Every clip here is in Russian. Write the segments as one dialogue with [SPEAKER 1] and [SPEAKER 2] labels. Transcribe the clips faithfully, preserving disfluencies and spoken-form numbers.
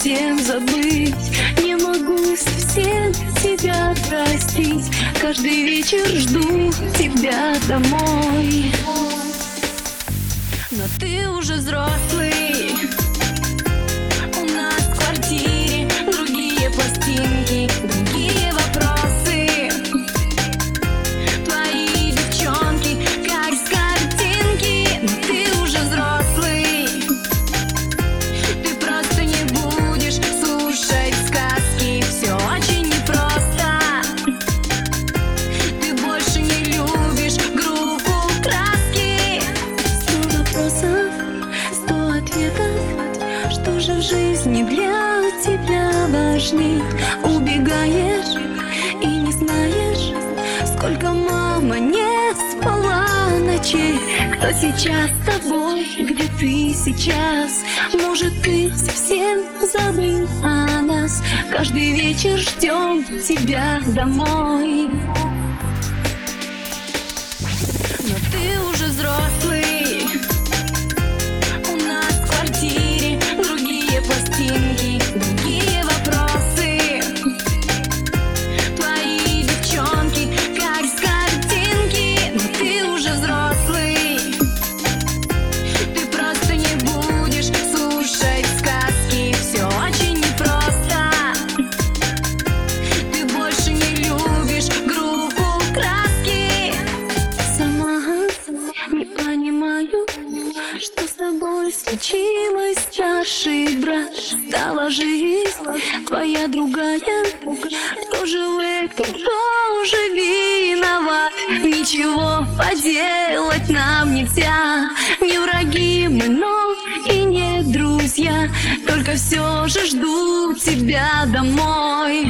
[SPEAKER 1] совсем забыть, не могу совсем тебя простить. Каждый вечер жду тебя домой, но ты уже взрослый. У нас в квартире другие пластинки, другие вопросы. Твои девчонки, как с картинки, но ты уже взрослый. Ты просто не будешь слушать сказки, все очень непросто. Ты больше не любишь группу Краски. Сто вопросов, сто ответов. Что же в жизни для тебя важней? Убегаешь и не знаешь, сколько мама не спала ночей. Кто сейчас с тобой, где ты сейчас? Может, ты совсем забыл о нас? Каждый вечер ждем тебя домой, но ты уже взрослый. У нас в квартире другие пластинки, другие вопросы. Твои девчонки, как с картинки, но ты уже взрослый. Ты просто не будешь слушать сказки, все очень непросто. Ты больше не любишь группу Краски. Сама не понимаю, что с тобой случилось. Чаши, брат, стала жизнь твоя другая. Кто же в этом, кто же виноват? Ничего поделать нам нельзя. Не враги мы, но и не друзья. Только все же жду тебя домой,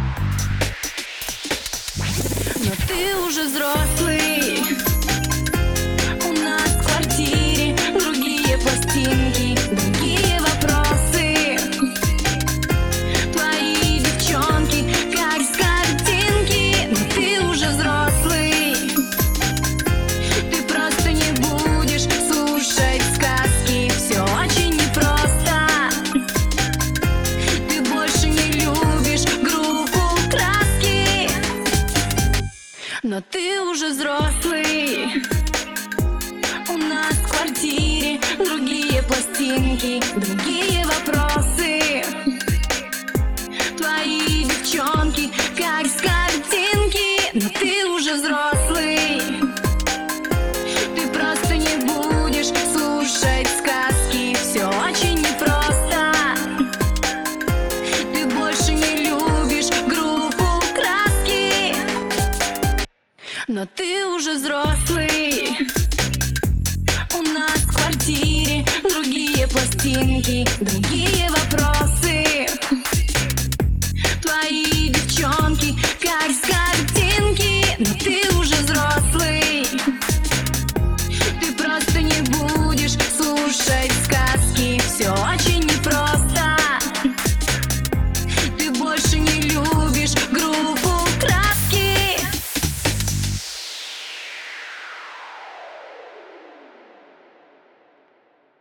[SPEAKER 1] но ты уже взрослый. У нас в квартире другие пластинки, другие вопросы. Твои девчонки, как с картинки, но ты уже взрослый. Ты просто не будешь слушать сказки, все очень непросто. Ты больше не любишь группу Краски, но ты уже взрослый. У нас в квартире другие пластинки, другие вопросы. Твои девчонки, как с картинки, но ты уже взрослый. Ты просто не будешь слушать сказки, все очень непросто. Ты больше не любишь группу Краски, но ты уже взрослый. У нас в квартире другие пластинки, другие